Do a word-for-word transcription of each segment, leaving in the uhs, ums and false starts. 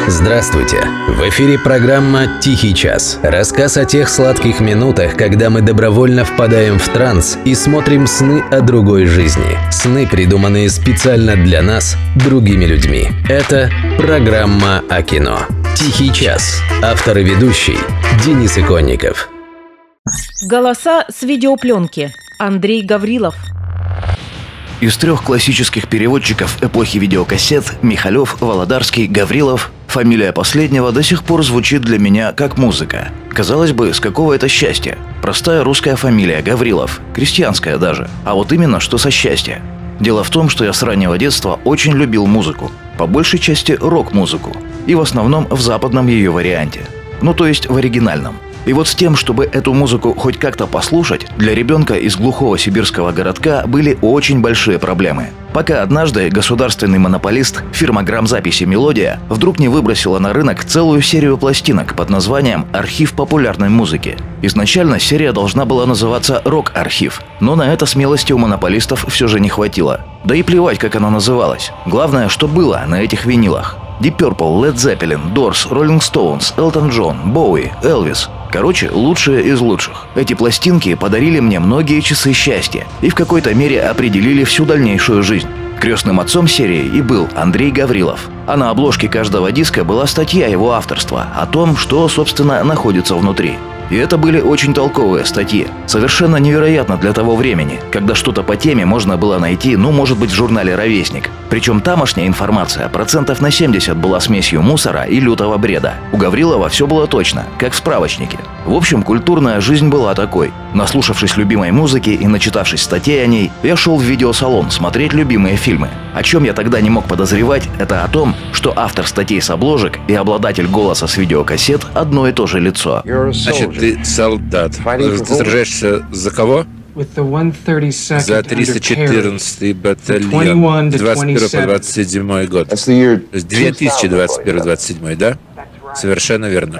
Здравствуйте! В эфире программа «Тихий час». Рассказ о тех сладких минутах, когда мы добровольно впадаем в транс и смотрим сны о другой жизни. Сны, придуманные специально для нас, другими людьми. Это программа о кино. «Тихий час». Автор и ведущий Денис Иконников. Голоса с видеопленки. Андрей Гаврилов. Из трех классических переводчиков эпохи видеокассет Михалев, Володарский, Гаврилов фамилия последнего до сих пор звучит для меня как музыка. Казалось бы, с какого это счастья? Простая русская фамилия Гаврилов, крестьянская даже, а вот именно что со счастья. Дело в том, что я с раннего детства очень любил музыку, по большей части рок-музыку, и в основном в западном ее варианте, ну то есть в оригинальном. И вот с тем, чтобы эту музыку хоть как-то послушать, для ребенка из глухого сибирского городка были очень большие проблемы. Пока однажды государственный монополист, фирма грамзаписи «Мелодия», вдруг не выбросила на рынок целую серию пластинок под названием «Архив популярной музыки». Изначально серия должна была называться «Рок-архив», но на это смелости у монополистов все же не хватило. Да и плевать, как она называлась. Главное, что было на этих винилах. Deep Purple, Led Zeppelin, Doors, Rolling Stones, Элтон Джон, Боуи, Элвис. Короче, лучшие из лучших. Эти пластинки подарили мне многие часы счастья и в какой-то мере определили всю дальнейшую жизнь. Крестным отцом серии и был Андрей Гаврилов. А на обложке каждого диска была статья его авторства о том, что, собственно, находится внутри. И это были очень толковые статьи. Совершенно невероятно для того времени, когда что-то по теме можно было найти, ну, может быть, в журнале «Ровесник». Причем тамошняя информация процентов на семьдесят была смесью мусора и лютого бреда. У Гаврилова все было точно, как в справочнике. В общем, культурная жизнь была такой. Наслушавшись любимой музыки и начитавшись статей о ней, я шел в видеосалон смотреть любимые фильмы. О чем я тогда не мог подозревать, это о том, что автор статей с обложек и обладатель голоса с видеокассет одно и то же лицо. Значит, ты солдат. Ты сражаешься за кого? За триста четырнадцатый батальон. двадцать первый по двадцать седьмой год. То есть две тысячи двадцать первый двадцать седьмой, да? Совершенно верно.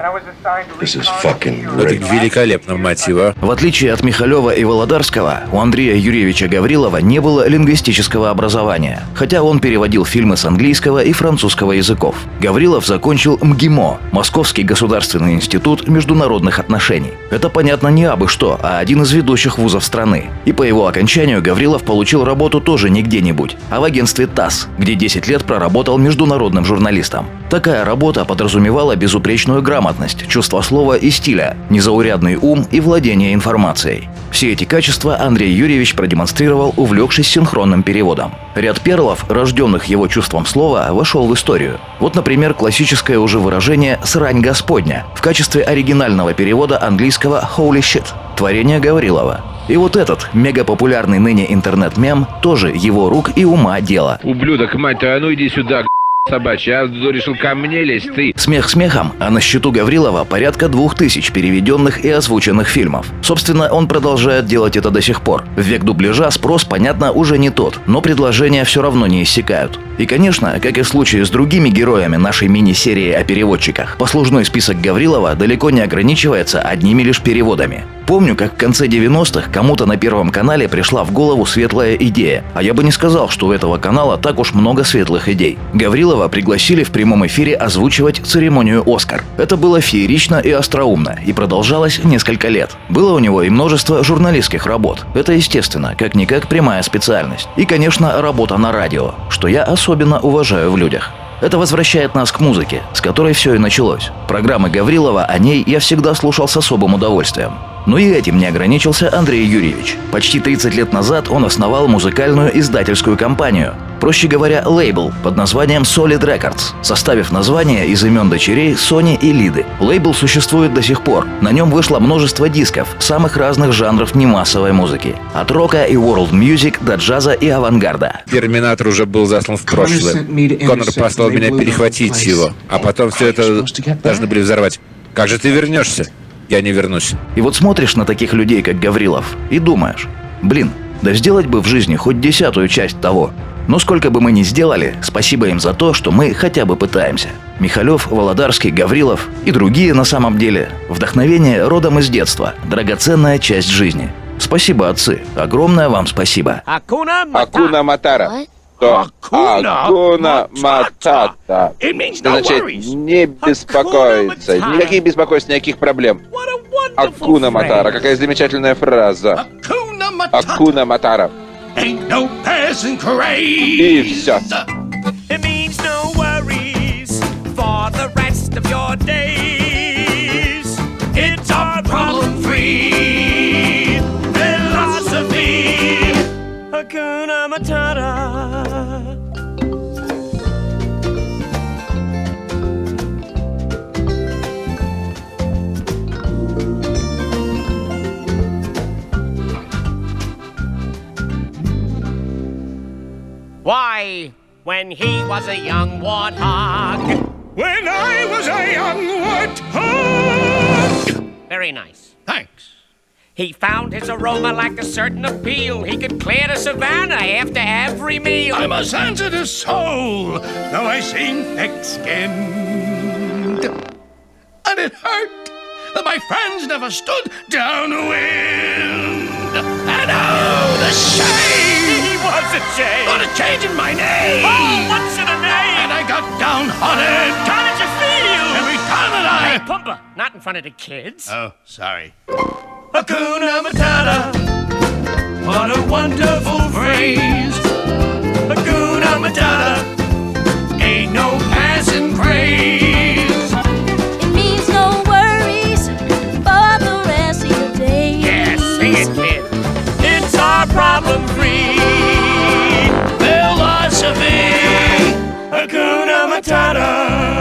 Это великолепно, мать его. В отличие от Михалева и Володарского, у Андрея Юрьевича Гаврилова не было лингвистического образования, хотя он переводил фильмы с английского и французского языков. Гаврилов закончил МГИМО – Московский государственный институт международных отношений. Это, понятно, не абы что, а один из ведущих вузов страны. И по его окончанию Гаврилов получил работу тоже не где-нибудь, а в агентстве ТАСС, где десять лет проработал международным журналистом. Такая работа подразумевала безупречную грамотность, чувство слова и стиля, незаурядный ум и владение информацией. Все эти качества Андрей Юрьевич продемонстрировал, увлекшись синхронным переводом. Ряд перлов, рожденных его чувством слова, вошел в историю. Вот, например, классическое уже выражение «срань Господня» в качестве оригинального перевода английского «holy shit» – творение Гаврилова. И вот этот мегапопулярный ныне интернет-мем тоже его рук и ума дело. Ублюдок, мать твою, а ну иди сюда, собачья, а решил ко мне лезть, ты. Смех смехом, а на счету Гаврилова порядка двух тысяч переведенных и озвученных фильмов. Собственно, он продолжает делать это до сих пор. В век дубляжа спрос, понятно, уже не тот, но предложения все равно не иссякают. И, конечно, как и в случае с другими героями нашей мини-серии о переводчиках, послужной список Гаврилова далеко не ограничивается одними лишь переводами. Помню, как в конце девяностых кому-то на Первом канале пришла в голову светлая идея, а я бы не сказал, что у этого канала так уж много светлых идей. Гаврилова пригласили в прямом эфире озвучивать церемонию «Оскар». Это было феерично и остроумно, и продолжалось несколько лет. Было у него и множество журналистских работ. Это, естественно, как-никак прямая специальность. И, конечно, работа на радио, что я особенно уважаю в людях. Это возвращает нас к музыке, с которой все и началось. Программы Гаврилова о ней я всегда слушал с особым удовольствием. Но и этим не ограничился Андрей Юрьевич. Почти тридцать лет назад он основал музыкальную издательскую компанию, проще говоря, лейбл под названием Solid Records, составив название из имен дочерей Сони и Лиды. Лейбл существует до сих пор. На нем вышло множество дисков самых разных жанров немассовой музыки. От рока и world music до джаза и авангарда. Терминатор уже был заслан в прошлое. Коннор послал меня перехватить его, а потом все это должны были взорвать. Как же ты вернешься? Я не вернусь. И вот смотришь на таких людей, как Гаврилов, и думаешь, блин, да сделать бы в жизни хоть десятую часть того. Но сколько бы мы ни сделали, спасибо им за то, что мы хотя бы пытаемся. Михалев, Володарский, Гаврилов и другие на самом деле. Вдохновение родом из детства, драгоценная часть жизни. Спасибо, отцы, огромное вам спасибо. Акуна Матара. что Акуна Матата означает не беспокоиться, никаких беспокойств, никаких проблем. Акуна Матара, какая замечательная фраза. Акуна Матара. И все. Hakuna Matata. Why, when he was a young warthog. When I was a young warthog. Very nice. Thanks. He found his aroma lacked a certain appeal. He could clear the savannah after every meal. I'm a sensitive soul, though I seem thick-skinned. And it hurt that my friends never stood downwind. And oh, the shame! He was a shame! On a change in my name! Oh, what's in a name? And I got downhearted. How did you feel? Every time that I... Hey, Pumbaa, not in front of the kids. Oh, sorry. Hakuna Matata, what a wonderful phrase. Hakuna Matata, ain't no passing craze. It means no worries for the rest of your days. Yes, sing it, kid. It's our problem-free philosophy. Hakuna Matata.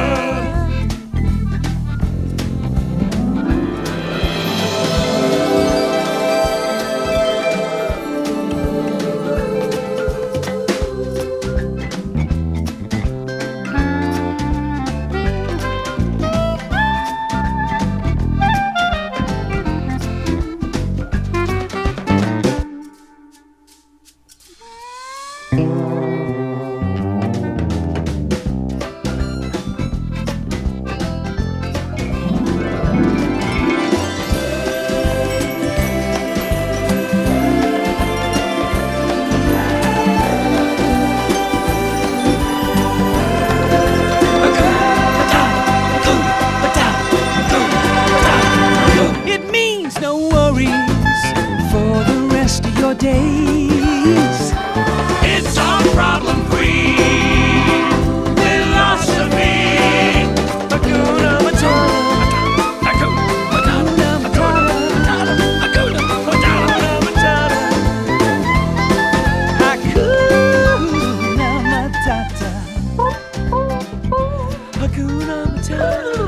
Days. It's our problem-free philosophy. Hakuna Matata. Hakuna Matata. Hakuna Matata. Hakuna Matata. Hakuna Matata.